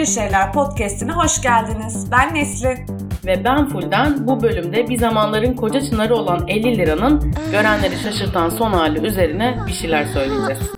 Bir Şeyler Podcast'ine hoş geldiniz. Ben Nesli. Ve ben Fulden. Bu bölümde bir zamanların koca çınarı olan 50 liranın görenleri şaşırtan son hali üzerine bir şeyler söyleyeceğiz.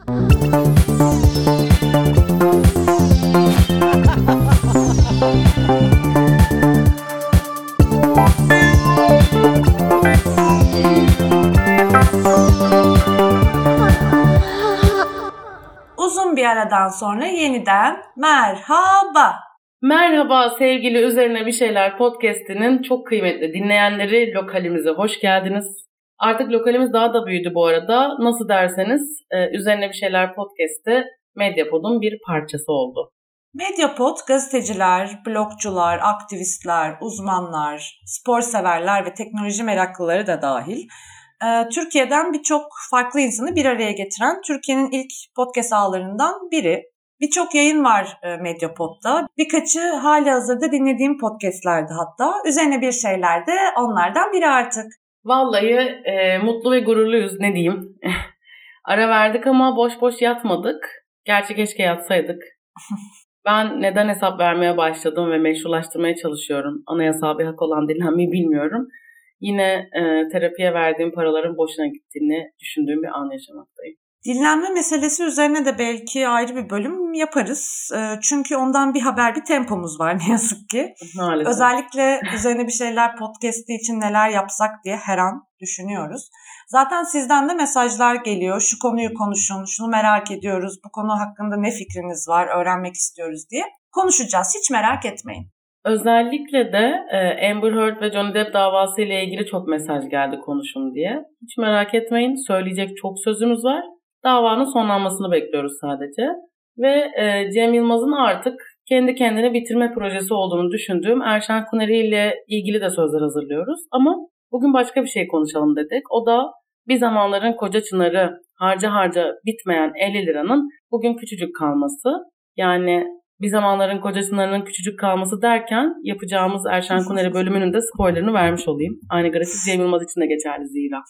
Uzun bir aradan sonra yeniden merhaba. Merhaba sevgili Üzerine Bir Şeyler Podcast'inin çok kıymetli dinleyenleri, lokalimize hoş geldiniz. Artık lokalimiz daha da büyüdü bu arada. Nasıl derseniz Üzerine Bir Şeyler Podcast'te Medyapod'un bir parçası oldu. Medyapod gazeteciler, blogcular, aktivistler, uzmanlar, spor severler ve teknoloji meraklıları da dahil Türkiye'den birçok farklı insanı bir araya getiren Türkiye'nin ilk podcast ağlarından biri. Birçok yayın var Medyapod'da. Birkaçı halihazırda dinlediğim podcastlerdi hatta. Üzerine bir şeyler de onlardan biri artık. Vallahi mutlu ve gururluyuz, ne diyeyim. Ara verdik ama boş boş yatmadık. Gerçi keşke yatsaydık. Ben neden hesap vermeye başladım ve meşrulaştırmaya çalışıyorum? Anayasal bir hak olan dinlenmeyi bilmiyorum. Yine terapiye verdiğim paraların boşuna gittiğini düşündüğüm bir an yaşamaktayım. Dinlenme meselesi üzerine de belki ayrı bir bölüm yaparız. Çünkü ondan bir haber, bir tempomuz var ne yazık ki. Maalesef. Özellikle Üzerine Bir Şeyler podcast'i için neler yapsak diye her an düşünüyoruz. Zaten sizden de mesajlar geliyor. Şu konuyu konuşun, şunu merak ediyoruz, bu konu hakkında ne fikriniz var, öğrenmek istiyoruz diye. Konuşacağız, hiç merak etmeyin. Özellikle de Amber Heard ve Johnny Depp davası ile ilgili çok mesaj geldi konuşun diye. Hiç merak etmeyin, söyleyecek çok sözümüz var. Davanın sonlanmasını bekliyoruz sadece. Ve Cem Yılmaz'ın artık kendi kendine bitirme projesi olduğunu düşündüğüm Erşen Kuneri ile ilgili de sözler hazırlıyoruz. Ama bugün başka bir şey konuşalım dedik. O da bir zamanların koca çınarı harca bitmeyen 50 liranın bugün küçücük kalması. Yani bir zamanların koca çınarının küçücük kalması derken yapacağımız Erşen Kuneri bölümünün de spoilerını vermiş olayım. Aynı grafik Cem Yılmaz için de geçerli zira.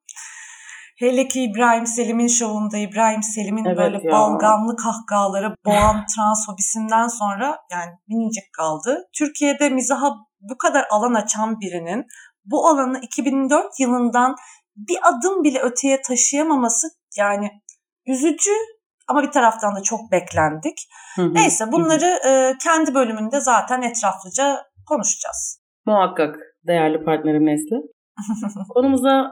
Hele ki İbrahim Selim'in şovunda İbrahim Selim'in evet böyle ya, balgamlı kahkahaları boğan transfobisinden sonra yani minicik kaldı. Türkiye'de mizaha bu kadar alan açan birinin bu alanı 2004 yılından bir adım bile öteye taşıyamaması yani üzücü ama bir taraftan da çok beklendik. Neyse bunları kendi bölümünde zaten etraflıca konuşacağız. Muhakkak değerli partnerim Nesli. Konumuza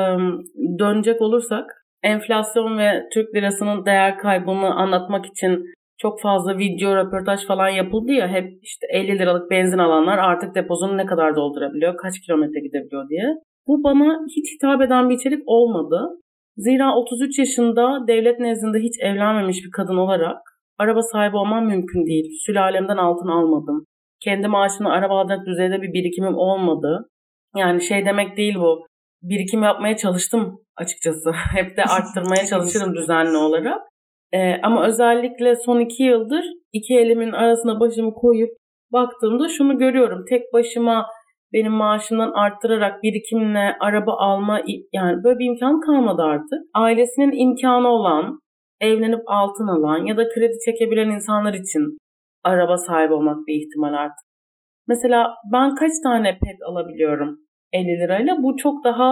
dönecek olursak enflasyon ve Türk lirasının değer kaybını anlatmak için çok fazla video, röportaj falan yapıldı ya, hep işte 50 liralık benzin alanlar artık deposunu ne kadar doldurabiliyor, kaç kilometre gidebiliyor diye. Bu bana hiç hitap eden bir içerik olmadı. Zira 33 yaşında devlet nezdinde hiç evlenmemiş bir kadın olarak araba sahibi olmam mümkün değil. Sülalemden altın almadım. Kendi maaşını araba alacak düzeyde bir birikimim olmadı. Yani şey demek değil bu. Birikim yapmaya çalıştım açıkçası. Hep de arttırmaya çalışırım düzenli olarak. Ama özellikle son 2 yıldır iki elimin arasına başımı koyup baktığımda şunu görüyorum. Tek başıma benim maaşımdan arttırarak birikimle araba alma, yani böyle bir imkan kalmadı artık. Ailesinin imkanı olan, evlenip altın alan ya da kredi çekebilen insanlar için araba sahibi olmak bir ihtimal artık. Mesela ben kaç tane pet alabiliyorum 50 lirayla? Bu çok daha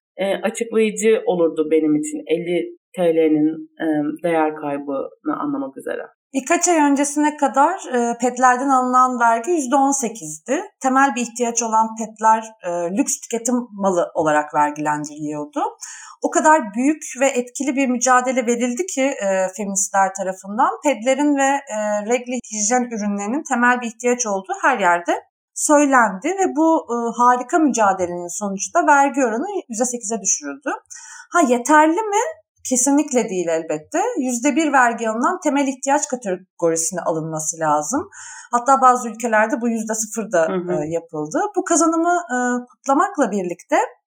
açıklayıcı olurdu benim için 50 TL'nin değer kaybını anlamak üzere. Birkaç ay öncesine kadar petlerden alınan vergi %18'di. Temel bir ihtiyaç olan petler lüks tüketim malı olarak vergilendiriliyordu. O kadar büyük ve etkili bir mücadele verildi ki feministler tarafından pedlerin ve regl hijyen ürünlerinin temel bir ihtiyaç olduğu her yerde söylendi ve bu harika mücadelenin sonucunda vergi oranı %8'e düşürüldü. Yeterli mi? Kesinlikle değil elbette. %1 vergi alınan temel ihtiyaç kategorisine alınması lazım. Hatta bazı ülkelerde bu %0 da yapıldı. Bu kazanımı kutlamakla birlikte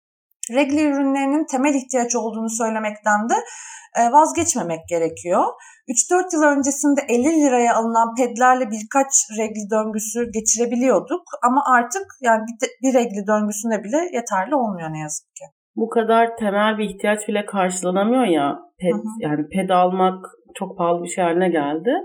regl ürünlerinin temel ihtiyaç olduğunu söylemekten de vazgeçmemek gerekiyor. 3-4 yıl öncesinde 50 liraya alınan pedlerle birkaç regl döngüsü geçirebiliyorduk. Ama artık yani bir regl döngüsüne bile yeterli olmuyor ne yazık ki. Bu kadar temel bir ihtiyaç bile karşılanamıyor ya ped. Yani ped almak çok pahalı bir şey haline geldi.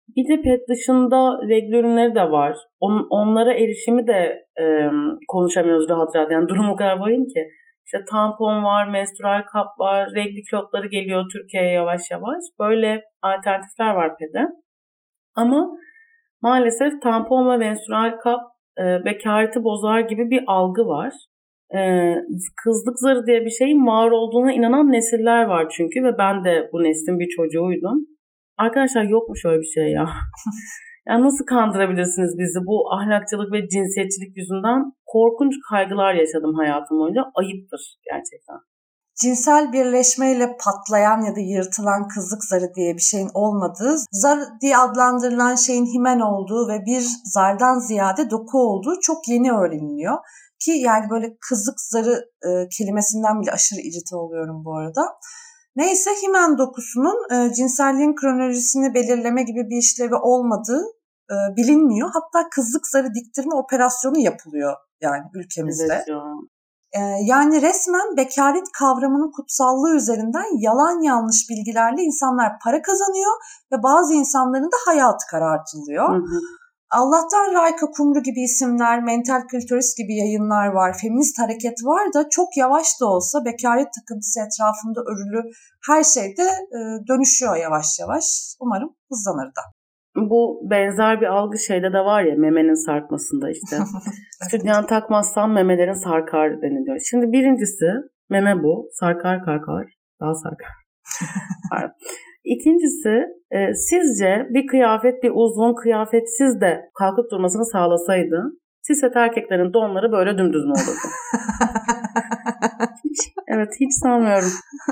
Bir de pet dışında regl ürünleri de var. Onlara erişimi de konuşamıyoruz rahat rahat. Yani durum o kadar vahim ki. İşte tampon var, menstrual kap var, regl kilotları geliyor Türkiye'ye yavaş yavaş. Böyle alternatifler var PED'e. Ama maalesef tampon ve menstrual kap bekareti bozar gibi bir algı var. Kızlık zarı diye bir şeyin var olduğuna inanan nesiller var çünkü ve ben de bu neslin bir çocuğuydum. Arkadaşlar yokmuş öyle bir şey ya. Yani nasıl kandırabilirsiniz bizi? Bu ahlakçılık ve cinsiyetçilik yüzünden korkunç kaygılar yaşadım hayatım boyunca. Ayıptır gerçekten. Cinsel birleşmeyle patlayan ya da yırtılan kızlık zarı diye bir şeyin olmadığı, zar diye adlandırılan şeyin himen olduğu ve bir zardan ziyade doku olduğu çok yeni öğreniliyor. Ki yani böyle kızlık zarı kelimesinden bile aşırı irite oluyorum bu arada. Neyse, himen dokusunun cinselliğin kronolojisini belirleme gibi bir işlevi olmadığı bilinmiyor. Hatta kızlık zarı diktirme operasyonu yapılıyor yani ülkemizde. Evet ya. Yani resmen bekaret kavramının kutsallığı üzerinden yalan yanlış bilgilerle insanlar para kazanıyor ve bazı insanların da hayatı karartılıyor. Hı hı. Allah'tan Rayka Kumru gibi isimler, Mental Klitoris gibi yayınlar var, feminist hareket var da çok yavaş da olsa bekaret takıntısı etrafında örülü her şeyde dönüşüyor yavaş yavaş. Umarım hızlanır da. Bu benzer bir algı şeyde de var ya, memenin sarkmasında işte. Sütyen takmazsan memelerin sarkar deniliyor. Şimdi birincisi meme bu. Sarkar kalkar. Daha sarkar. İkincisi sizce bir kıyafet bir uzvun kıyafetsiz de kalkıp durmasını sağlasaydı cis-het erkeklerin donları böyle dümdüz mü olurdu? Evet, hiç sanmıyorum.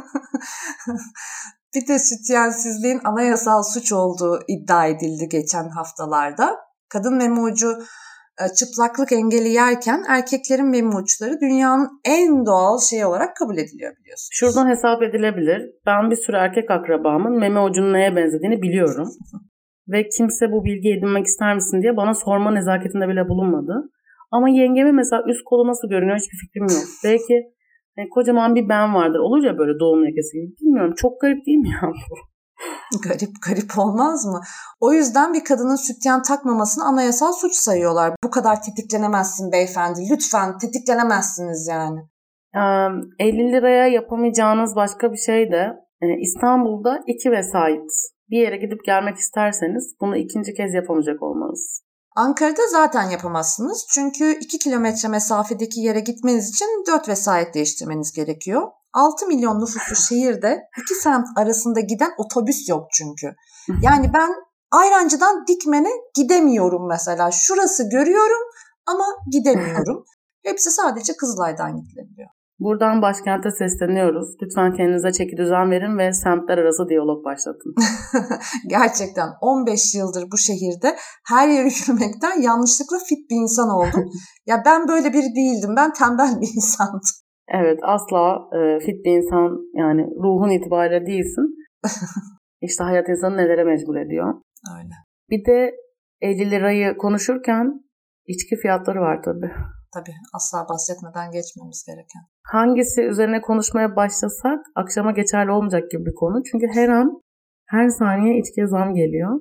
Bir de sütyensizliğin anayasal suç olduğu iddia edildi geçen haftalarda. Kadın meme ucu çıplaklık engeli yerken erkeklerin meme uçları dünyanın en doğal şeyi olarak kabul ediliyor, biliyorsunuz. Şuradan hesap edilebilir. Ben bir sürü erkek akrabamın meme ucunun neye benzediğini biliyorum. Ve kimse bu bilgiyi edinmek ister misin diye bana sorma nezaketinde bile bulunmadı. Ama yengemin mesela üst kolu nasıl görünüyor hiçbir fikrim yok. Belki kocaman bir ben vardır. Olur ya böyle doğum lekesi gibi. Bilmiyorum. Çok garip değil mi ya bu? Garip olmaz mı? O yüzden bir kadının sütyen takmamasını anayasal suç sayıyorlar. Bu kadar tetiklenemezsin beyefendi. Lütfen tetiklenemezsiniz yani. 50 liraya yapamayacağınız başka bir şey de İstanbul'da 2 vesait bir yere gidip gelmek isterseniz bunu ikinci kez yapamayacak olmanız. Ankara'da zaten yapamazsınız. Çünkü 2 kilometre mesafedeki yere gitmeniz için 4 vesait değiştirmeniz gerekiyor. 6 milyon nüfuslu şehirde 2 semt arasında giden otobüs yok çünkü. Yani ben Ayrancı'dan Dikmen'e gidemiyorum mesela. Şurası görüyorum ama gidemiyorum. Hepsi sadece Kızılay'dan gidilebiliyor. Buradan başkente sesleniyoruz. Lütfen kendinize çekidüzen verin ve semtler arası diyalog başlatın. Gerçekten 15 yıldır bu şehirde her yere yürümekten yanlışlıkla fit bir insan oldum. Ya ben böyle biri değildim. Ben tembel bir insandım. Evet, asla fit bir insan, yani ruhun itibariyle değilsin. İşte hayat insanı nelere mecbur ediyor. Öyle. Bir de 50 lirayı konuşurken içki fiyatları var tabii. Tabii, asla bahsetmeden geçmemiz gereken. Hangisi üzerine konuşmaya başlasak akşama geçerli olmayacak gibi bir konu. Çünkü her an, her saniye içkiye zam geliyor.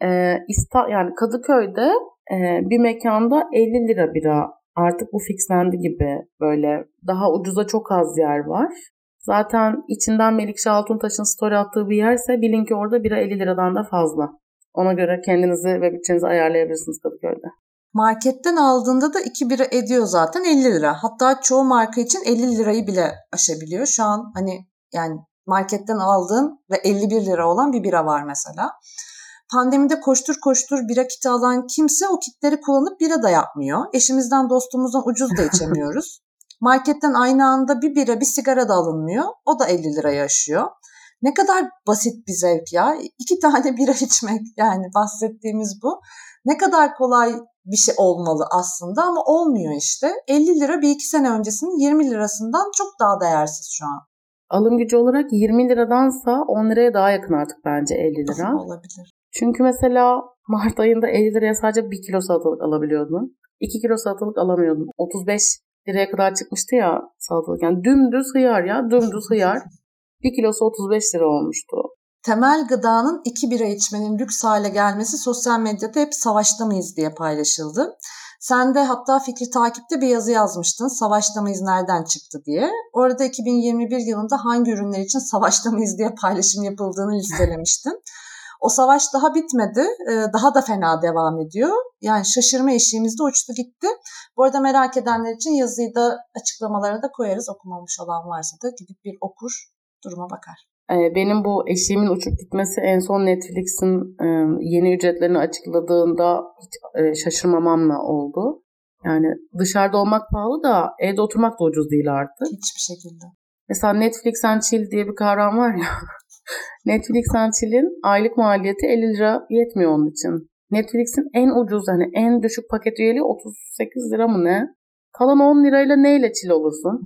Yani Kadıköy'de bir mekanda 50 lira bira. Artık bu fixlendi gibi, böyle daha ucuza çok az yer var. Zaten içinden Melikşah Altuntaş'ın story attığı bir yerse bilin ki orada bira 50 liradan da fazla. Ona göre kendinizi ve bütçenizi ayarlayabilirsiniz Kadıköy'de. Marketten aldığında da 2 bira ediyor zaten 50 lira. Hatta çoğu marka için 50 lirayı bile aşabiliyor. Şu an hani yani marketten aldığın ve 51 lira olan bir bira var mesela. Pandemide koştur koştur bira kiti alan kimse o kitleri kullanıp bira da yapmıyor. Eşimizden dostumuzdan ucuz da içemiyoruz. Marketten aynı anda bir bira bir sigara da alınmıyor. O da 50 liraya aşıyor. Ne kadar basit bir zevk ya. 2 tane bira içmek, yani bahsettiğimiz bu. Ne kadar kolay bir şey olmalı aslında ama olmuyor işte. 50 lira bir 2 sene öncesinin 20 lirasından çok daha değersiz şu an. Alım gücü olarak 20 liradansa 10 liraya daha yakın artık bence 50 lira. Olabilir. Çünkü mesela Mart ayında 50 liraya sadece 1 kilo salatalık alabiliyordun. 2 kilo salatalık alamıyordun. 35 liraya kadar çıkmıştı ya salatalık. Yani dümdüz hıyar ya, dümdüz hıyar. 1 kilosu 35 lira olmuştu. temel gıdanın 2 bira içmenin lüks hale gelmesi sosyal medyada hep savaşta mıyız diye paylaşıldı. Sen de hatta Fikri Takip'te bir yazı yazmıştın. Savaşta mıyız nereden çıktı diye. Orada 2021 yılında hangi ürünler için savaşta mıyız diye paylaşım yapıldığını listelemiştin. O savaş daha bitmedi. Daha da fena devam ediyor. Yani şaşırma eşiğimiz de uçtu gitti. Bu arada merak edenler için yazıyı da açıklamalara da koyarız. Okumamış olan varsa da gidip bir okur, duruma bakar. Benim bu eşiğimin uçup gitmesi en son Netflix'in yeni ücretlerini açıkladığında hiç şaşırmamamla oldu. Yani dışarıda olmak pahalı da evde oturmak da ucuz değil artık. Hiçbir şekilde. Mesela Netflix and Chill diye bir kavram var ya. Netflix and Chill'in aylık maliyeti 50 lira yetmiyor onun için. Netflix'in en ucuz, hani en düşük paket üyeliği 38 lira mı ne? Kalan 10 lirayla neyle chill olursun?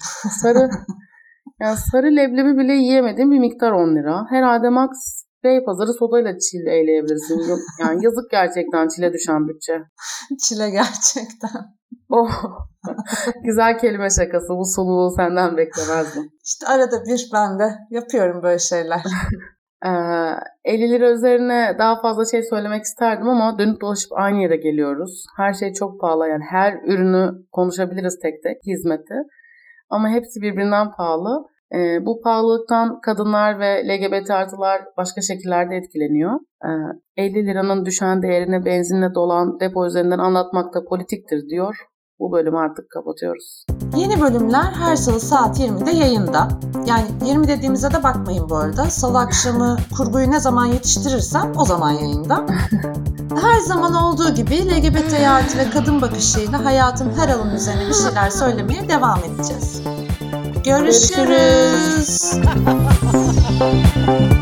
Sarı leblebi bile yiyemediğin bir miktar 10 lira. Herhalde max Beypazarı sodayla chill eyleyebilirsin. Yani yazık gerçekten chill'e düşen bütçe. Chill'e gerçekten. Oh. Güzel kelime şakası. Bu soluğu senden beklemezdim. İşte arada bir ben de yapıyorum böyle şeyler. 50 lira üzerine daha fazla şey söylemek isterdim ama dönüp dolaşıp aynı yere geliyoruz. Her şey çok pahalı. Yani her ürünü konuşabiliriz tek tek, hizmeti. Ama hepsi birbirinden pahalı. Bu pahalılıktan kadınlar ve LGBT artılar başka şekillerde etkileniyor. 50 liranın düşen değerini benzinle dolan depo üzerinden anlatmak da politiktir diyor. Bu bölümü artık kapatıyoruz. Yeni bölümler her salı saat 20'de yayında. Yani 20 dediğimize de bakmayın bu arada. Salı akşamı kurguyu ne zaman yetiştirirsem o zaman yayında. Her zaman olduğu gibi LGBT artı ve kadın bakışıyla hayatın her alanı üzerine bir şeyler söylemeye devam edeceğiz. Görüşürüz.